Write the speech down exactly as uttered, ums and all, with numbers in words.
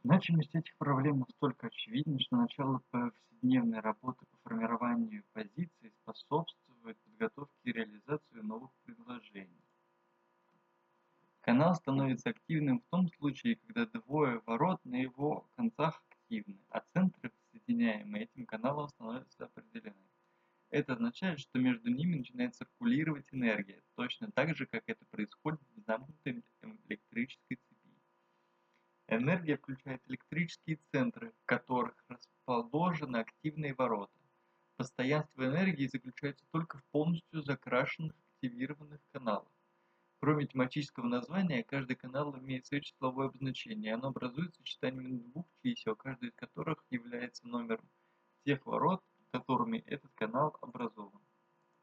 Значимость этих проблем настолько очевидна, что начало повседневной работы по формированию позиций способствует подготовке и реализации новых предложений. Канал становится активным в том случае, когда двое ворот на его концах активны, а центры, соединяемые этим каналом, становятся определены. Это означает, что между ними начинает циркулировать энергия, точно так же, как это происходит в замкнутой электрической цепи. Энергия включает электрические центры, в которых расположены активные ворота. Постоянство энергии заключается только в полностью закрашенных активированных каналах. Кроме тематического названия, каждый канал имеет свое числовое обозначение, и оно образует сочетанием двух чисел, каждый из которых является номером тех ворот, которыми этот канал образован.